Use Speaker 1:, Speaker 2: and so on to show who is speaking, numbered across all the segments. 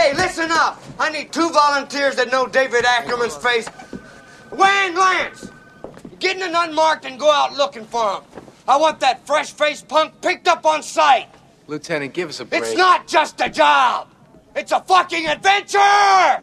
Speaker 1: Hey, listen up. I need 2 volunteers that know David Ackerman's face. Wayne Lance, get in an unmarked and go out looking for him. I want that fresh-faced punk picked up on sight.
Speaker 2: Lieutenant, give us a break.
Speaker 1: It's not just a job. It's a fucking adventure!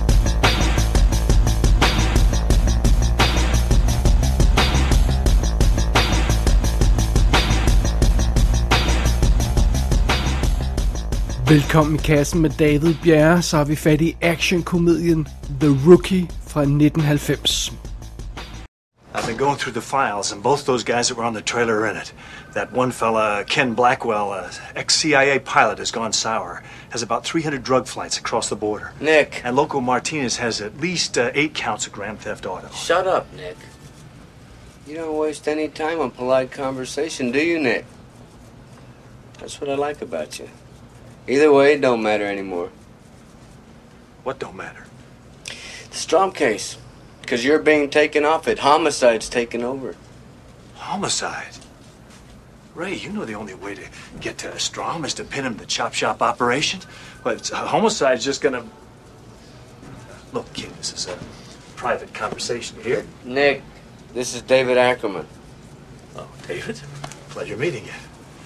Speaker 3: Velkommen i kassen med David Bjerre, så har vi fat i actionkomedien The Rookie fra 1990.
Speaker 4: I've been going through the files, and both those guys that were on the trailer are in it. That one fella, Ken Blackwell, ex-CIA pilot, has gone sour. Has about 300 drug flights across the border.
Speaker 1: Nick.
Speaker 4: And Loco Martinez has at least 8 counts of Grand Theft Auto.
Speaker 1: Shut up, Nick. You don't waste any time on polite conversation, do you, Nick? That's what I like about you. Either way, it don't matter anymore.
Speaker 4: What don't matter?
Speaker 1: The Strom case. Because you're being taken off it. Homicide's taken over.
Speaker 4: Homicide? Ray, you know the only way to get to Strom is to pin him to chop shop operations. Well, homicide's just gonna... Look, kid, this is a private conversation here.
Speaker 1: Nick, this is David Ackerman.
Speaker 4: Oh, David. Pleasure meeting you.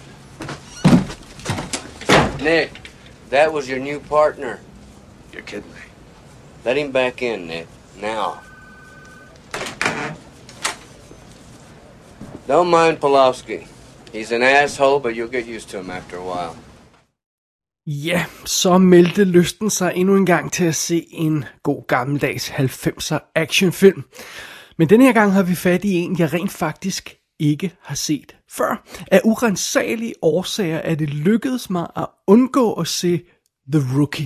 Speaker 1: Nick, that was your new partner.
Speaker 4: You're kidding me.
Speaker 1: Let him back in, Nick. Now. Don't mind Pulowski. He's an asshole, but you'll get used to him after a while.
Speaker 3: Ja, så meldte lysten sig endnu en gang til at se en god gammeldags 90'er actionfilm. Men denne her gang har vi fat i en, jeg rent faktisk ikke har set før. Af urensagelige årsager er det lykkedes mig at undgå at se The Rookie.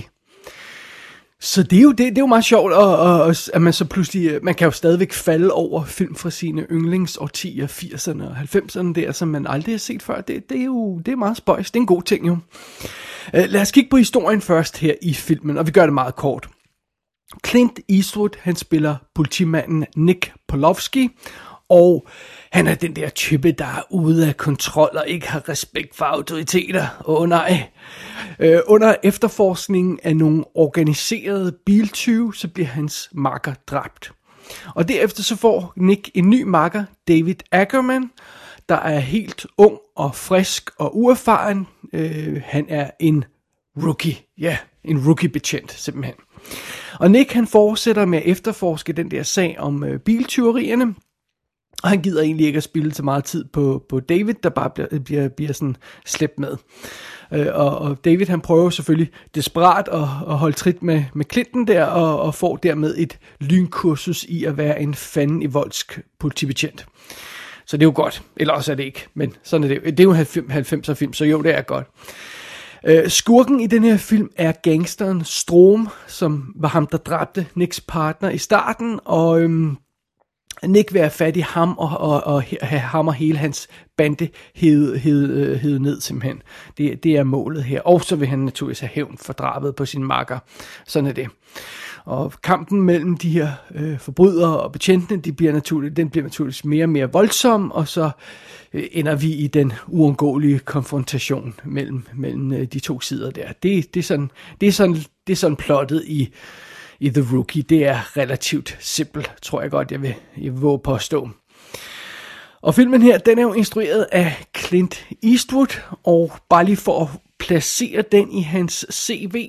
Speaker 3: Så det er jo meget sjovt, at man så pludselig, man kan jo stadigvæk falde over film fra sine yndlingsårtier, 80'erne og 90'erne der, som man aldrig har set før. Det er meget spøjs, det er en god ting jo. Lad os kigge på historien først her i filmen, og vi gør det meget kort. Clint Eastwood, han spiller politimanden Nick Pulowski, og han er den der type, der er ude af kontrol og ikke har respekt for autoriteter. Nej. Under efterforskningen af nogle organiserede biltyve, så bliver hans makker dræbt. Og derefter så får Nick en ny makker, David Ackerman, der er helt ung og frisk og uerfaren. Han er en rookie. Ja, en rookie-betjent simpelthen. Og Nick han fortsætter med at efterforske den der sag om biltyverierne. Og han gider egentlig ikke at spille så meget tid på David, der bare bliver sådan slæbt med. Og David han prøver selvfølgelig desperat at holde trit med Clinton der, og får dermed et lynkursus i at være en fanden i voldsk politibetjent. Så det er jo godt, eller også er det ikke, men sådan er det. Det er jo en 90'er film, så jo, det er godt. Skurken i den her film er gangsteren Strom, som var ham, der dræbte Nicks partner i starten, og Nick vil have fat i ham og have ham og hele hans bande hævet ned simpelthen. Det er målet her. Og så vil han naturligvis have hævn for drabet på sin makker. Sådan er det. Og kampen mellem de her forbrydere og betjentene, den bliver naturligvis mere og mere voldsom, og så ender vi i den uundgåelige konfrontation mellem de to sider der. Det er sådan plottet i The Rookie. Det er relativt simpelt, tror jeg godt, jeg vil våge påstå. Og filmen her, den er jo instrueret af Clint Eastwood, og bare lige for at placere den i hans CV,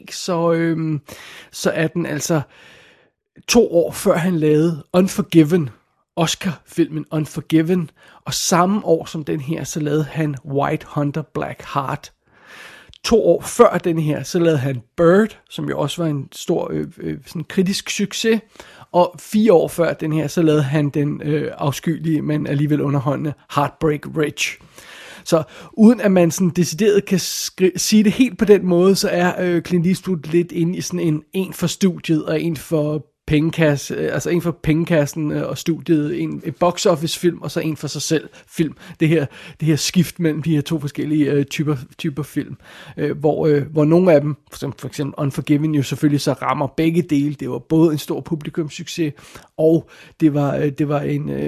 Speaker 3: så er den altså 2 år før han lavede Unforgiven, Oscar-filmen Unforgiven, og samme år som den her, så lavede han White Hunter Black Heart. 2 år før den her, så lavede han Bird, som jo også var en stor sådan kritisk succes. Og 4 år før den her, så lavede han den afskyelige, men alligevel underholdende Heartbreak Ridge. Så uden at man sådan decideret kan sige det helt på den måde, så er Clint Eastwood lidt inde i sådan en for studiet og en for pengekasse, altså en for pengekassen og studiet, en box office film og så en for sig selv film. Det her skift mellem de her 2 forskellige typer film, hvor nogle af dem, som for eksempel Unforgiven, jo selvfølgelig så rammer begge dele. Det var både en stor publikumssucces, og det var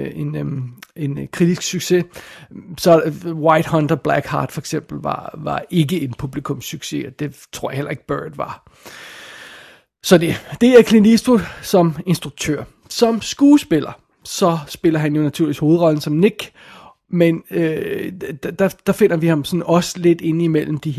Speaker 3: en kritisk succes. Så White Hunter Black Heart for eksempel var ikke en publikumssucces, og det tror jeg heller ikke Bird var. Så det er Clint Eastwood som instruktør. Som skuespiller, så spiller han jo naturligvis hovedrollen som Nick, men der finder vi ham sådan også lidt inde imellem de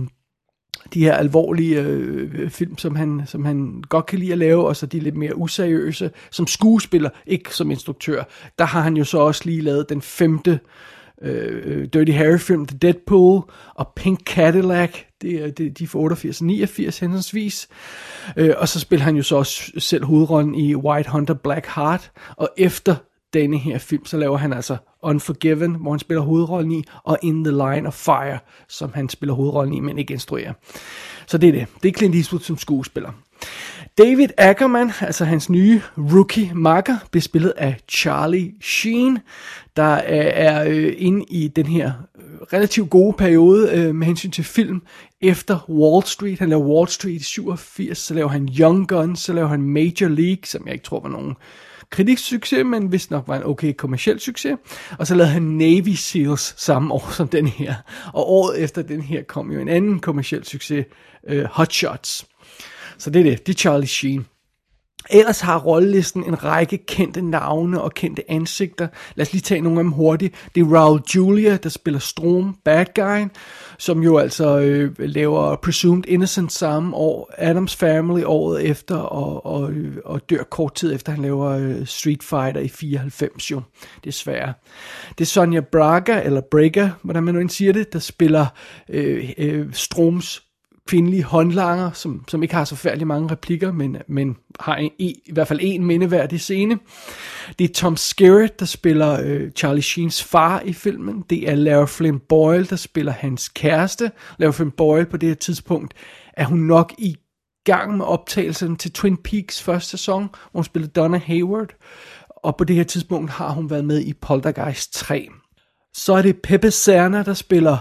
Speaker 3: her alvorlige film, som han godt kan lide at lave, og så de lidt mere useriøse som skuespiller, ikke som instruktør. Der har han jo så også lige lavet den 5. Dirty Harry-film, The Deadpool, og Pink Cadillac, de er fra 88 og 89 henholdsvis. Og så spiller han jo så også selv hovedrollen i White Hunter Black Heart, og efter denne her film, så laver han altså Unforgiven, hvor han spiller hovedrollen i, og In the Line of Fire, som han spiller hovedrollen i, men ikke instruerer. Så det er det. Det er Clint Eastwood som skuespiller. David Ackerman, altså hans nye rookie makker, bliver spillet af Charlie Sheen, der er inde i den her relativt gode periode med hensyn til film efter Wall Street. Han laver Wall Street i 87, så laver han Young Guns, så laver han Major League, som jeg ikke tror var nogen kritiksucces, men vist nok var en okay kommerciel succes. Og så lavede han Navy Seals samme år som den her. Og året efter den her kom jo en anden kommerciel succes, Hot Shots. Så det er Charlie Sheen. Ellers har rollelisten en række kendte navne og kendte ansigter. Lad os lige tage nogle af dem hurtigt. Det er Raul Julia, der spiller Strom, bad guy, som jo altså laver Presumed Innocent samme år, Addams Family året efter, og dør kort tid efter, han laver Street Fighter i 94 jo, desværre. Det er Sonia Braga, eller Braga, hvordan man nu end siger det, der spiller Stroms kvindelige håndlanger, som ikke har så færdig mange replikker, men har i hvert fald en mindeværdig scene. Det er Tom Skerritt, der spiller Charlie Sheens far i filmen. Det er Lara Flynn Boyle, der spiller hans kæreste. Lara Flynn Boyle på det her tidspunkt er hun nok i gang med optagelsen til Twin Peaks første sæson, hvor hun spiller Donna Hayward. Og på det her tidspunkt har hun været med i Poltergeist 3. Så er det Pepe Serna, der spiller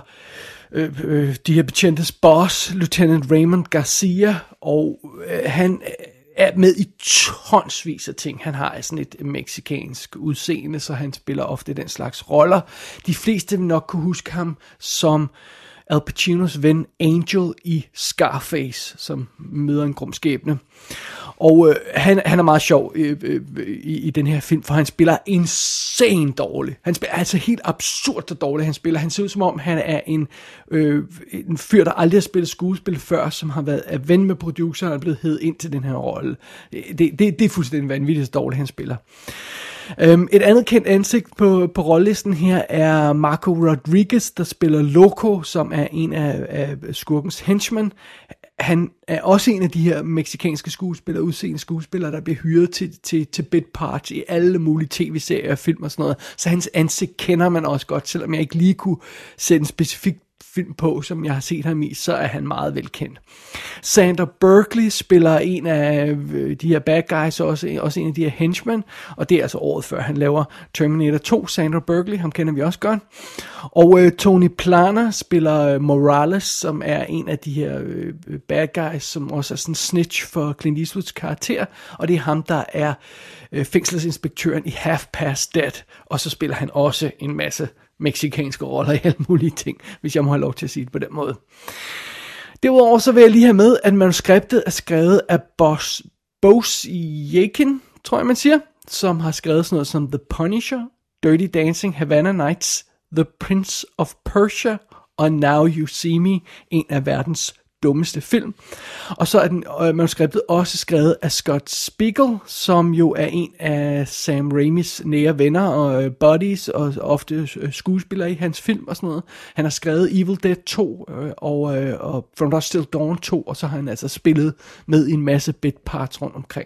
Speaker 3: de her betjentes boss, Lieutenant Raymond Garcia, og han er med i tonsvis af ting. Han har sådan et mexicansk udseende, så han spiller ofte den slags roller. De fleste vil nok kunne huske ham som Al Pacinos ven Angel i Scarface, som møder en grum skæbne. Og han er meget sjov i den her film, for han spiller insane dårligt. Han spiller altså helt absurd dårligt. Han ser ud som om, han er en fyr, der aldrig har spillet skuespil før, som har været ven med produceren og er blevet hevet ind til den her rolle. Det er fuldstændig vanvittigt dårligt, han spiller. Et andet kendt ansigt på rollelisten her er Marco Rodriguez, der spiller Loco, som er en af skurkens henchmen. Han er også en af de her mexikanske skuespillere, udseende skuespillere, der bliver hyret til bit parts i alle mulige tv-serier og film og sådan noget. Så hans ansigt kender man også godt, selvom jeg ikke lige kunne sætte en specifik film på, som jeg har set ham i, så er han meget velkendt. Sander Berkeley spiller en af de her bad guys, også en af de her henchmen, og det er altså året før han laver Terminator 2. Sander Berkeley, ham kender vi også godt. Og Tony Plana spiller Morales, som er en af de her bad guys, som også er sådan en snitch for Clint Eastwoods karakter, og det er ham, der er fængselsinspektøren i Half Past Dead, og så spiller han også en masse mexikanske roller i alle mulige ting, hvis jeg må have lov til at sige det på den måde. Derudover så vil jeg lige have med, at manuskriptet er skrevet af Bose Yakin, tror jeg man siger, som har skrevet sådan noget som The Punisher, Dirty Dancing, Havana Nights, The Prince of Persia og Now You See Me, en af verdens dummeste film. Og så er manuskriptet også skrevet af Scott Spiegel, som jo er en af Sam Raimis nære venner og buddies, og ofte skuespiller i hans film og sådan noget. Han har skrevet Evil Dead 2 og From Dusk Till Dawn 2, og så har han altså spillet med en masse bit parts rundt omkring.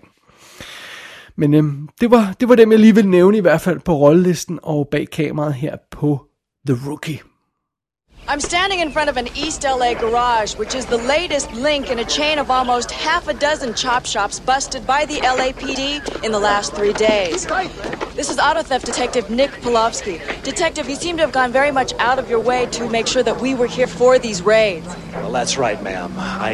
Speaker 3: Men det var dem, jeg lige vil nævne i hvert fald på rollelisten og bag kameraet her på The Rookie.
Speaker 2: I'm standing in front of an East LA garage, which is the latest link in a chain of almost half a dozen chop shops busted by the LAPD in the last 3 days. This is auto theft detective Nick Polovsky. Detective, you seem to have gone very much out of your way to make sure that we were here for these raids.
Speaker 4: Well, that's right, ma'am.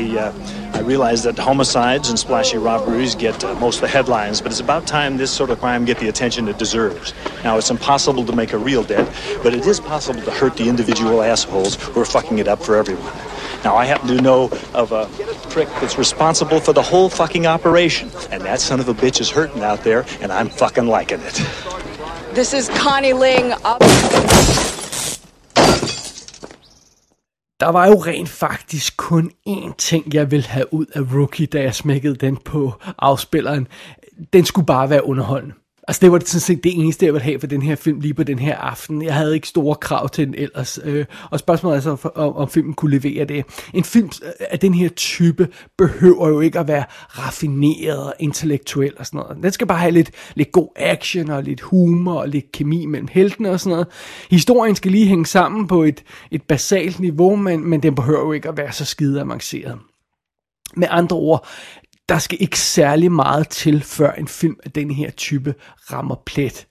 Speaker 4: I realize that homicides and splashy robberies get most of the headlines, but it's about time this sort of crime get the attention it deserves. Now, it's impossible to make a real dent, but it is possible to hurt the individual assholes who are fucking it up for everyone. Now, I happen to know of a prick that's responsible for the whole fucking operation. And that son of a bitch is hurting out there, and I'm fucking liking it.
Speaker 2: This is Connie Ling.
Speaker 3: Der var jo rent faktisk kun én ting, jeg ville have ud af Rookie, da jeg smækkede den på afspilleren. Den skulle bare være underholdende. Altså det var sådan set det eneste, jeg ville have for den her film lige på den her aften. Jeg havde ikke store krav til den ellers. Og spørgsmålet er så, om filmen kunne levere det. En film af den her type behøver jo ikke at være raffineret og intellektuel og sådan noget. Den skal bare have lidt god action og lidt humor og lidt kemi mellem heltene og sådan noget. Historien skal lige hænge sammen på et basalt niveau, men den behøver jo ikke at være så skide avanceret. Med andre ord, der skal ikke særlig meget til, før en film af den her type rammer plet.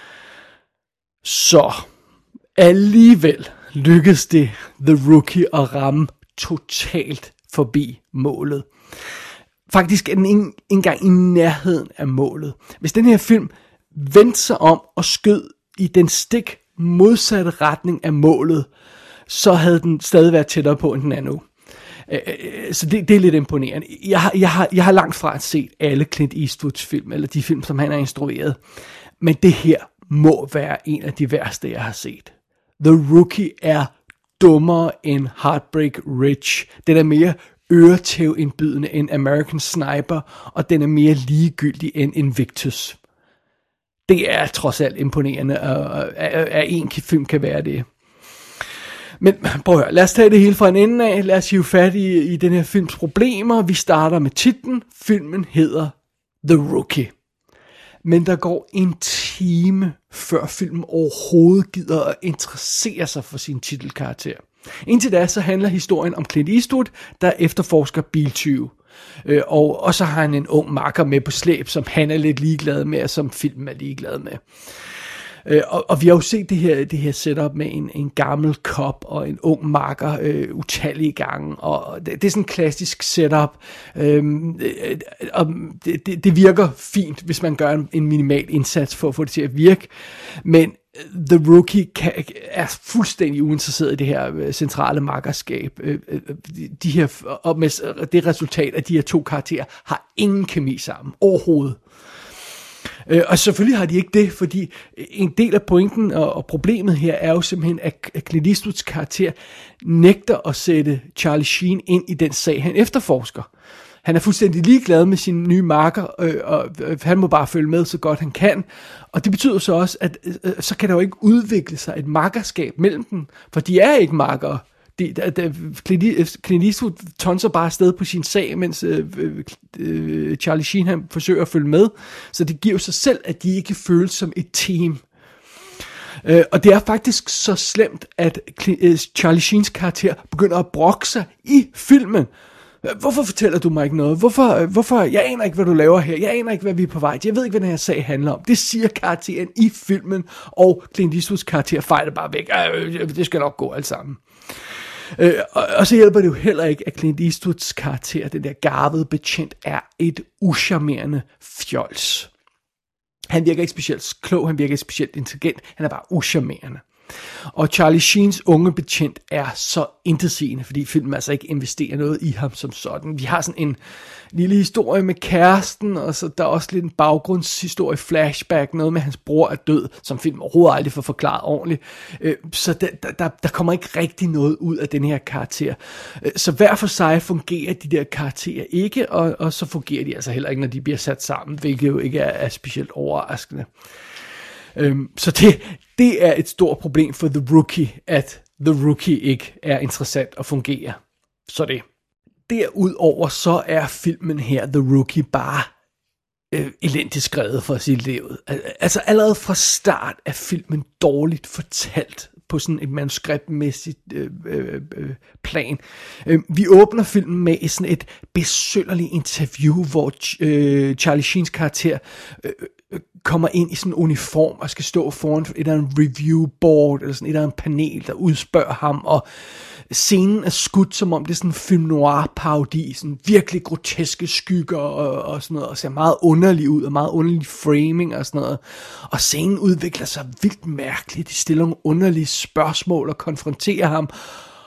Speaker 3: Så alligevel lykkedes det The Rookie at ramme totalt forbi målet. Faktisk er den ikke engang i nærheden af målet. Hvis den her film vendte sig om og skød i den stik modsatte retning af målet, så havde den stadig været tættere på, end den er nu. Så det er lidt imponerende. Jeg har langt fra at set alle Clint Eastwoods film, eller de film, som han har instrueret. Men det her må være en af de værste, jeg har set. The Rookie er dummere end Heartbreak Ridge. Den er mere øretævindbydende end American Sniper, og den er mere ligegyldig end Invictus. Det er trods alt imponerende, at en film kan være det. Men prøv at høre, lad os tage det hele fra en ende af. Lad os hive fat i den her films problemer. Vi starter med titlen. Filmen hedder The Rookie. Men der går en time, før filmen overhovedet gider at interessere sig for sin titelkarakter. Indtil da, så handler historien om Clint Eastwood, der efterforsker biltyve. Og så har han en ung makker med på slæb, som han er lidt ligeglad med, og som filmen er ligeglad med. Og vi har jo set det her setup med en gammel cop og en ung makker utallige gange, og det er sådan en klassisk setup, og det virker fint, hvis man gør en minimal indsats for at få det til at virke, men The Rookie er fuldstændig uinteresseret i det her centrale makkerskab. Og med det resultat, at de her to karakterer har ingen kemi sammen overhovedet. Og selvfølgelig har de ikke det, fordi en del af pointen og problemet her er jo simpelthen, at Clint Eastwoods karakter nægter at sætte Charlie Sheen ind i den sag, han efterforsker. Han er fuldstændig ligeglad med sin nye makker, og han må bare følge med så godt han kan. Og det betyder så også, at så kan der jo ikke udvikle sig et makkerskab mellem dem, for de er ikke makkere. Clint Eastwood tonser bare afsted på sin sag, mens Charlie Sheen han forsøger at følge med. Så det giver jo sig selv, at de ikke føles som et team. Og det er faktisk så slemt, at Charlie Sheens karakter begynder at brokke sig i filmen. Hvorfor fortæller du mig ikke noget? Hvorfor? Jeg aner ikke, hvad du laver her. Jeg aner ikke, hvad vi er på vej til. Jeg ved ikke, hvad den her sag handler om. Det siger karakteren i filmen, og Clint Eastwoods karakter fejler bare væk. Det skal nok gå alt sammen. Og så hjælper det jo heller ikke, at Clint Eastwoods karakter, den der garvede betjent, er et ucharmerende fjols. Han virker ikke specielt klog, han virker ikke specielt intelligent, han er bare ucharmerende. Og Charlie Sheens unge betjent er så intetsigende, fordi filmen altså ikke investerer noget i ham som sådan. Vi har sådan en lille historie med kæresten, og så der er også lidt en baggrundshistorie, flashback, noget med hans bror er død, som filmen overhovedet aldrig får forklaret ordentligt. Så der kommer ikke rigtig noget ud af den her karakter. Så hver for sig fungerer de der karakterer ikke, og så fungerer de altså heller ikke, når de bliver sat sammen, hvilket jo ikke er specielt overraskende. Så det er et stort problem for The Rookie, at The Rookie ikke er interessant at fungere. Så det. Derudover så er filmen her, The Rookie, bare elendigt skrevet for sit liv. Altså allerede fra start er filmen dårligt fortalt på sådan et manuskriptmæssigt plan. Vi åbner filmen med sådan et besynderligt interview, hvor Charlie Sheens karakter kommer ind i sådan en uniform og skal stå foran et eller andet review board eller sådan et eller andet panel, der udspørger ham, og scenen er skudt, som om det er sådan en film noir parodi, sådan virkelig groteske skygger og sådan noget, og ser meget underlig ud, og meget underlig framing og sådan noget, og scenen udvikler sig vildt mærkeligt, de stiller nogle underlige spørgsmål og konfronterer ham,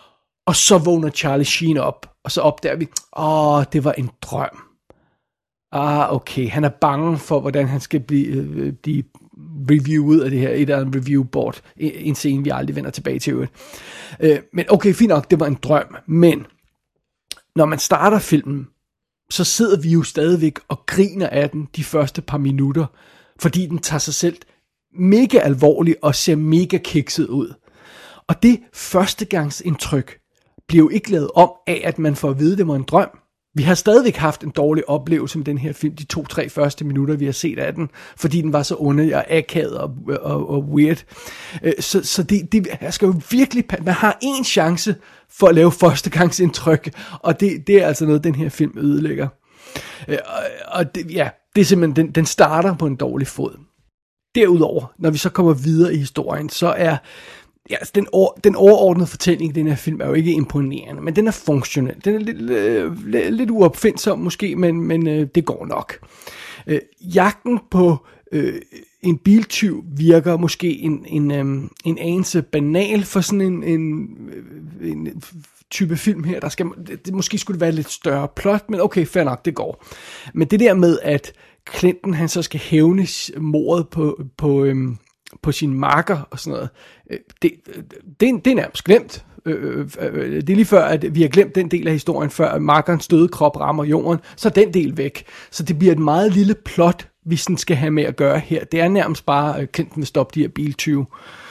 Speaker 3: Og så vågner Charlie Sheen op, og så opdager vi, det var en drøm. Okay, han er bange for, hvordan han skal blive reviewet af det her, et eller andet review board, en scene, vi aldrig vender tilbage til. Men okay, fint nok, det var en drøm, men når man starter filmen, så sidder vi jo stadigvæk og griner af den de første par minutter, fordi den tager sig selv mega alvorligt og ser mega kikset ud. Og det førstegangsindtryk bliver jo ikke lavet om af, at man får at vide, at det var en drøm. Vi har stadigvæk haft en dårlig oplevelse med den her film, de 2-3 første minutter, vi har set af den, fordi den var så underlig og akavet og weird. Så det skal jo virkelig, man har en chance for at lave førstegangsindtryk, og det er altså noget, den her film ødelægger. Og det er simpelthen, den starter på en dårlig fod. Derudover, når vi så kommer videre i historien, så er den overordnede fortælling i den her film er jo ikke imponerende, men den er funktionel. Den er lidt uopfindsom måske, men det går nok. Jagten på en biltyv virker måske en anelse banal for sådan en type film her. Måske skulle det være lidt større plot, men okay, fair nok, det går. Men det der med, at Clinton han så skal hævne mordet på sin makker og sådan noget, det er nærmest glemt. Det er lige før, at vi har glemt den del af historien, før makkerens døde krop rammer jorden, så er den del væk. Så det bliver et meget lille plot, vi sådan skal have med at gøre her. Det er nærmest bare, Clinton vil stoppe de her biltyve.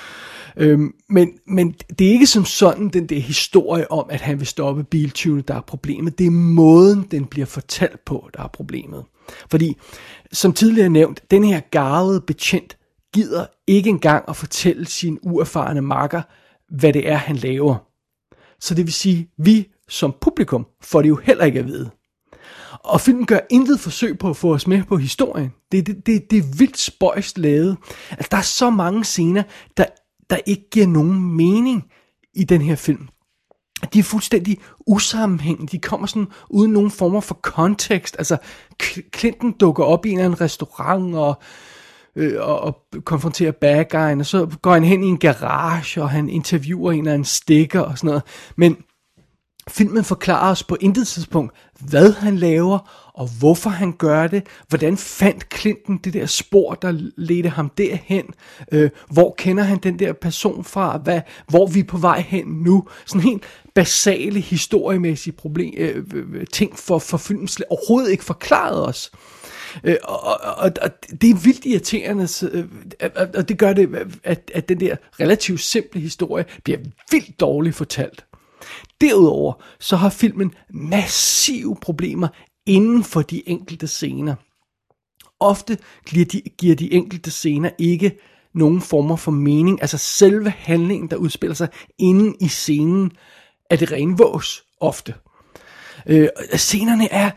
Speaker 3: Men det er ikke som sådan den der historie om, at han vil stoppe biltyvene, der er problemet. Det er måden, den bliver fortalt på, der er problemet. Fordi, som tidligere nævnt, den her garvede betjent gider ikke engang at fortælle sin uerfarne makker, hvad det er, han laver. Så det vil sige, vi som publikum får det jo heller ikke at vide. Og filmen gør intet forsøg på at få os med på historien. Det er vildt spøjst lavet. Altså, der er så mange scener, der ikke giver nogen mening i den her film. De er fuldstændig usammenhængende. De kommer sådan uden nogen former for kontekst. Altså, Clinton dukker op i en eller anden restaurant og konfronterer bad guyen, og så går han hen i en garage, og han interviewer en eller anden stikker og sådan noget. Men filmen forklarer os på intet tidspunkt, hvad han laver, og hvorfor han gør det. Hvordan fandt Clinton det der spor, der ledte ham derhen? Hvor kender han den der person fra? Hvor vi er på vej hen nu? Sådan helt basale historiemæssige ting for filmen overhovedet ikke forklaret os. Og det er vildt irriterende, og det gør det, at den der relativt simple historie bliver vildt dårligt fortalt. Derudover så har filmen massive problemer inden for de enkelte scener. Ofte giver de enkelte scener ikke nogen former for mening, altså selve handlingen, der udspiller sig inde i scenen, er det rene vås ofte. Scenerne er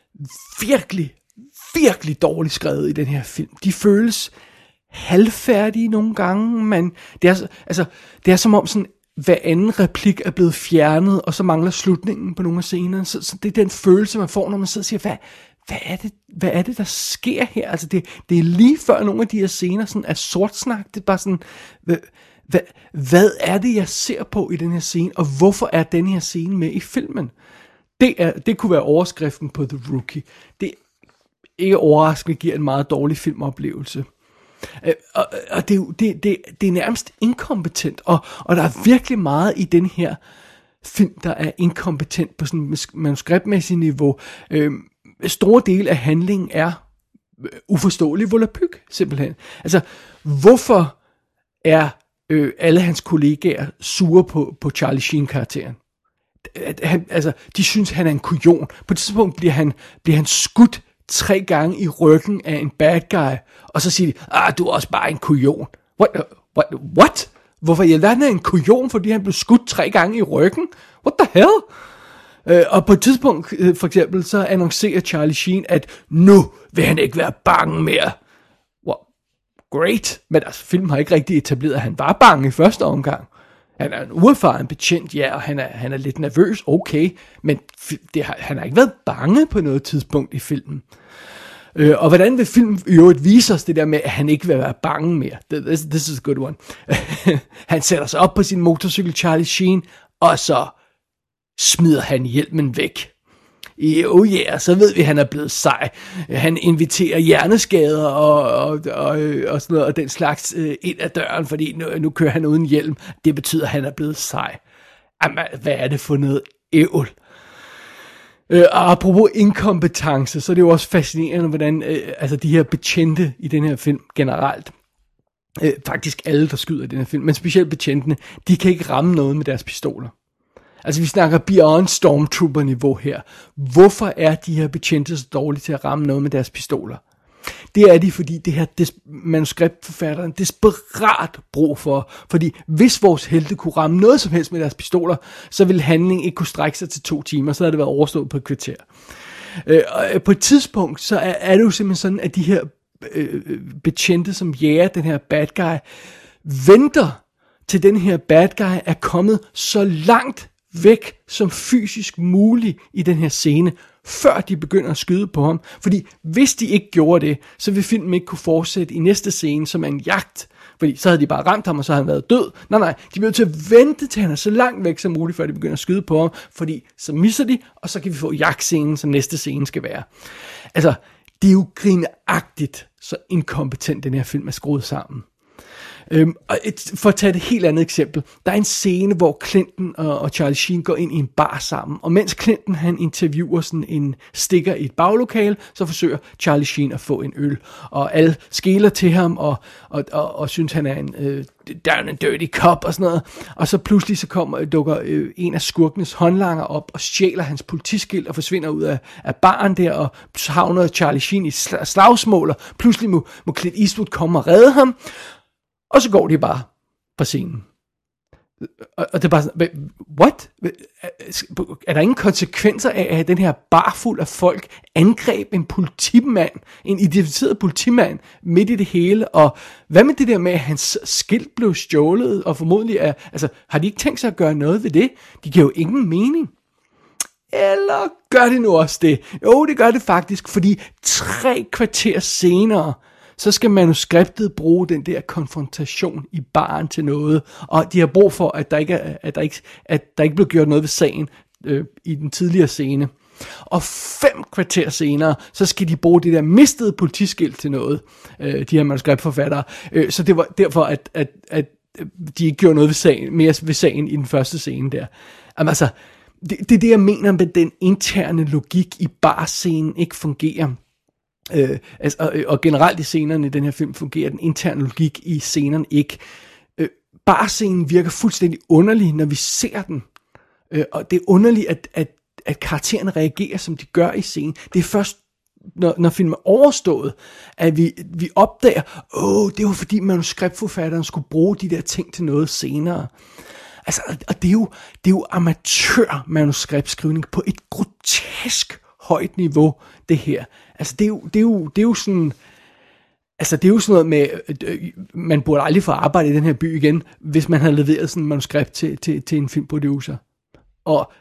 Speaker 3: virkelig dårligt skrevet i den her film. De føles halvfærdige nogle gange, men det er som om sådan hver anden replik er blevet fjernet, og så mangler slutningen på nogle af scenerne. Så det er den følelse, man får, når man sidder og siger, hvad er det, der sker her? Altså det er lige før nogle af de her scener sådan er sortsnak. Det er bare sådan, hvad er det, jeg ser på i den her scene, og hvorfor er den her scene med i filmen? Det kunne være overskriften på The Rookie. Det ikke overraskende giver en meget dårlig filmoplevelse. Og det er nærmest inkompetent, og der er virkelig meget i den her film, der er inkompetent på sådan et manuskriptmæssigt niveau. Store dele af handlingen er uforståelig volapyk, simpelthen. Altså, hvorfor er alle hans kollegaer sure på Charlie Sheen-karakteren? De synes, han er en kujon. På det tidspunkt bliver han skudt 3 gange i ryggen af en bad guy, og så siger de, du er også bare en kujon. What? Hvorfor i alverden er en kujon, fordi han blev skudt 3 gange i ryggen? What the hell? Og på et tidspunkt, for eksempel, så annoncerer Charlie Sheen, at nu vil han ikke være bange mere. Well, great. Men altså, filmen har ikke rigtig etableret, at han var bange i første omgang. Han er en uerfaren betjent, ja, og han er lidt nervøs, okay, men han har ikke været bange på noget tidspunkt i filmen. Og hvordan vil filmen i øvrigt vise os det der med, at han ikke vil være bange mere? This is a good one. Han sætter sig op på sin motorcykel, Charlie Sheen, og så smider han hjelmen væk. Oh yeah, så ved vi, at han er blevet sej. Han inviterer hjerneskader og sådan noget, og den slags ind ad døren, fordi nu kører han uden hjelm. Det betyder, at han er blevet sej. Jamen, hvad er det for noget ævl? Og apropos inkompetence, så er det jo også fascinerende, hvordan altså de her betjente i den her film generelt, faktisk alle, der skyder i den her film, men specielt betjentene, de kan ikke ramme noget med deres pistoler. Altså vi snakker beyond stormtrooper-niveau her. Hvorfor er de her betjente så dårlige til at ramme noget med deres pistoler? Det er de, fordi det her manuskriptforfatteren desperat brug for. Fordi hvis vores helte kunne ramme noget som helst med deres pistoler, så ville handlingen ikke kunne strække sig til 2 timer, så havde det været overstået på et kvarter. Og på et tidspunkt, så er det jo simpelthen sådan, at de her betjente, som jager den her bad guy, venter til den her bad guy er kommet så langt væk som fysisk muligt i den her scene, før de begynder at skyde på ham. Fordi hvis de ikke gjorde det, så ville filmen ikke kunne fortsætte i næste scene, som er en jagt. Fordi så havde de bare ramt ham, og så havde han været død. Nej, de bliver til at vente til han er så langt væk som muligt, før de begynder at skyde på ham. Fordi så misser de, og så kan vi få jagtscenen, som næste scene skal være. Altså, det er jo grinagtigt, så inkompetent den her film er skruet sammen. For at tage et helt andet eksempel, der er en scene, hvor Clinton og Charlie Sheen går ind i en bar sammen, og mens Clinton han interviewer sådan en stikker i et baglokale, så forsøger Charlie Sheen at få en øl, og alle skeler til ham og synes han er en down and dirty cop og sådan noget, og så pludselig så dukker en af skurkenes håndlanger op og stjæler hans politiskilt og forsvinder ud af baren der, og så havner Charlie Sheen i slagsmål, og pludselig må Clint Eastwood komme og redde ham. Og så går de bare på scenen. Og det er bare sådan, what? Er der ingen konsekvenser af, at den her bar fuld af folk angreb en politimand, en identificeret politimand midt i det hele? Og hvad med det der med, at hans skilt blev stjålet, og formodentlig har de ikke tænkt sig at gøre noget ved det? De giver jo ingen mening. Eller gør det nu også det? Jo, det gør det faktisk, fordi 3 kvarter senere, så skal manuskriptet bruge den der konfrontation i baren til noget, og de har brug for, at der ikke blev gjort noget ved sagen i den tidligere scene. Og 5 kvarter senere, så skal de bruge det der mistede politiskilt til noget, de her manuskriptforfattere. Så det var derfor, at de ikke gjorde noget ved sagen i den første scene der. Altså, det er det, jeg mener med den interne logik i barscenen ikke fungerer. Og generelt i scenerne i den her film fungerer den interne logik i scenerne ikke. Barscenen virker fuldstændig underlig, når vi ser den. Og det er underligt, at karaktererne reagerer, som de gør i scenen. Det er først, når filmen er overstået, at vi opdager, det var fordi manuskriptforfatteren skulle bruge de der ting til noget senere. Altså, og det er jo amatør manuskriptskrivning på et grotesk højt niveau, det her. Altså, det er jo sådan... Altså, det er jo sådan noget med... man burde aldrig få arbejde i den her by igen, hvis man havde leveret sådan en manuskript til en filmproducer. Og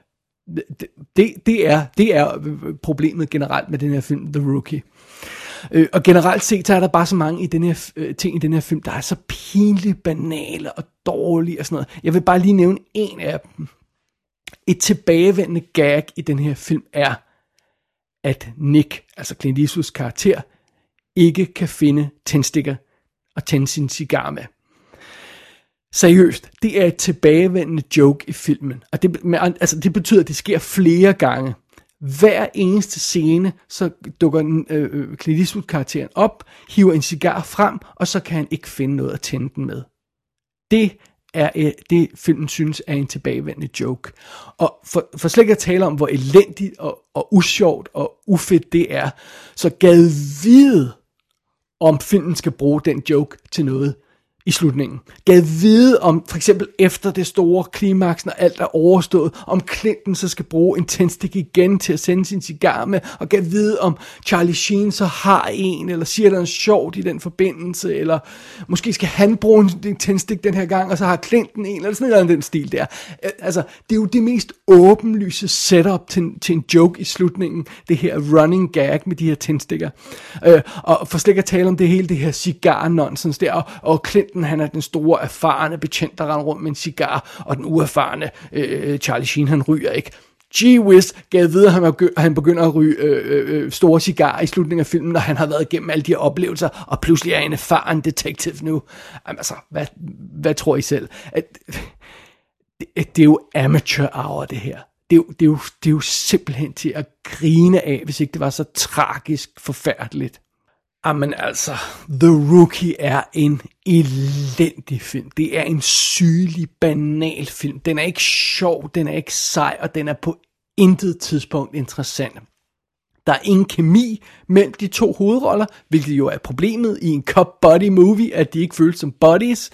Speaker 3: det er problemet generelt med den her film, The Rookie. Og generelt set, så er der bare så mange ting i den her film, der er så pinligt banale og dårlige og sådan noget. Jeg vil bare lige nævne en af dem. Et tilbagevendende gag i den her film er, at Nick, altså Clint Eastwoods karakter, ikke kan finde tændstikker og tænde sin cigar med. Seriøst, det er et tilbagevendende joke i filmen. Og det betyder, at det sker flere gange. Hver eneste scene, så dukker Clint Eastwood-karakteren op, hiver en cigar frem, og så kan han ikke finde noget at tænde den med. Det er det, filmen synes er en tilbagevendende joke. Og for slet ikke at tale om, hvor elendigt og usjovt og ufedt det er, så gad vide, om filmen skal bruge den joke til noget i slutningen. Gad vide om, for eksempel efter det store klimaks, når alt er overstået, om Clinton så skal bruge en tændstik igen til at sende sin cigar med, og gad vide om Charlie Sheen så har en, eller siger noget sjovt i den forbindelse, eller måske skal han bruge en tændstik den her gang, og så har Clinton en, eller sådan noget den stil der. Altså, det er jo det mest åbenlyse setup til en joke i slutningen, det her running gag med de her tændstikker. Og for slet ikke at tale om det hele, det her cigar-nonsens der, og Clinton, han er den store, erfarne betjent, der render rundt med en cigar, og den uerfarne Charlie Sheen, han ryger ikke. gee whiz, gav ved, at han begynder at ryge store cigarer i slutningen af filmen, når han har været igennem alle de her oplevelser, og pludselig er en erfaren detektiv nu. Jamen, altså, hvad tror I selv? Det er jo amateur hour, det her. Det er jo simpelthen til at grine af, hvis ikke det var så tragisk forfærdeligt. Jamen altså, The Rookie er en elendig film. Det er en sygelig, banal film. Den er ikke sjov, den er ikke sej, og den er på intet tidspunkt interessant. Der er ingen kemi mellem de to hovedroller, hvilket jo er problemet i en cop-buddy-movie, at de ikke føles som buddies.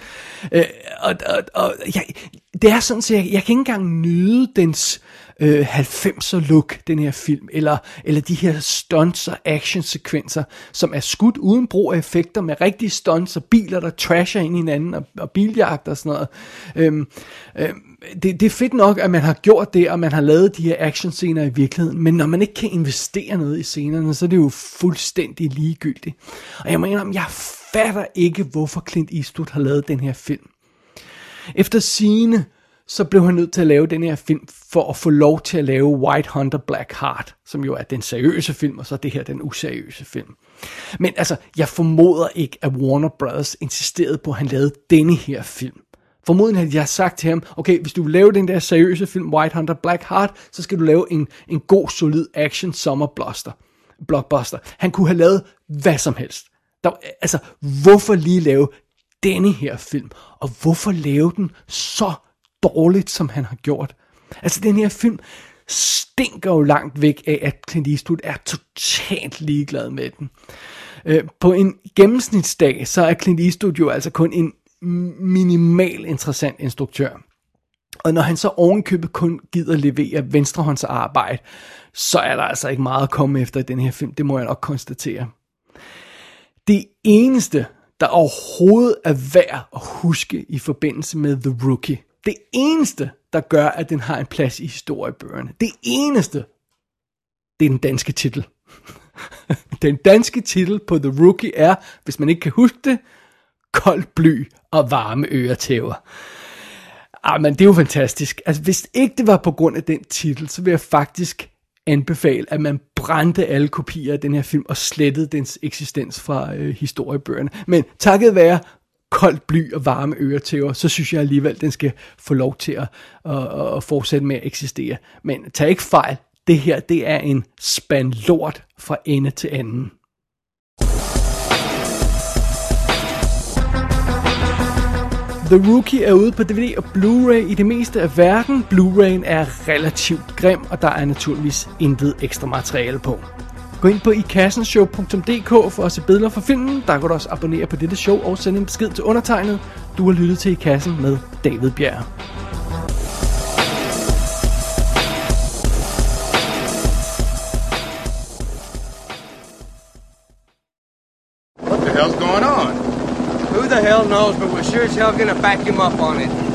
Speaker 3: Det er sådan, at jeg kan ikke engang nyde dens 90'er look, den her film, eller de her stunts og actionsekvenser, som er skudt uden brug af effekter, med rigtige stunts og biler, der trasher ind i hinanden, og biljagter og sådan noget. Det er fedt nok, at man har gjort det, og man har lavet de her actionscener i virkeligheden, men når man ikke kan investere noget i scenerne, så er det jo fuldstændig ligegyldigt. Og jeg må indrømme, jeg fatter ikke, hvorfor Clint Eastwood har lavet den her film. Efter sigende, så blev han nødt til at lave den her film, for at få lov til at lave White Hunter Black Heart, som jo er den seriøse film, og så det her den useriøse film. Men altså, jeg formoder ikke, at Warner Brothers insisterede på, at han lavede denne her film. Formodentlig havde jeg sagt til ham, okay, hvis du vil lave den der seriøse film, White Hunter Black Heart, så skal du lave en god, solid action summer blockbuster. Han kunne have lavet hvad som helst. Altså, hvorfor lige lave denne her film? Og hvorfor lave den så dårligt, som han har gjort? Altså, den her film stinker jo langt væk af, at Clint Eastwood er totalt ligeglad med den. På en gennemsnitsdag, så er Clint Eastwood jo altså kun en minimal interessant instruktør. Og når han så ovenkøbet kun gider levere venstrehåndsarbejde, så er der altså ikke meget at komme efter i den her film, det må jeg nok konstatere. Det eneste, der overhovedet er værd at huske i forbindelse med The Rookie, det eneste, der gør, at den har en plads i historiebøgerne, det eneste, det er den danske titel. Den danske titel på The Rookie er, hvis man ikke kan huske det, Koldt bly og varme øretæver. Men det er jo fantastisk. Altså, hvis ikke det var på grund af den titel, så vil jeg faktisk anbefale, at man brændte alle kopier af den her film og slettede dens eksistens fra historiebøgerne. Men takket være Koldt bly og varme øretæver, så synes jeg alligevel, den skal få lov til at fortsætte med at eksistere. Men tag ikke fejl, det her, det er en spand lort fra ende til anden. The Rookie er ude på DVD og Blu-ray i det meste af verden. Blu-rayen er relativt grim, og der er naturligvis intet ekstra materiale på. Gå ind på ikassenshow.dk for at se billeder fra filmen. Der kan du også abonnere på dette show og sende en besked til undertegnet. Du har lyttet til I Kassen med David Bjerg.
Speaker 1: What the hell's going on? Who the hell knows, but we're sure as hell gonna back him up on it.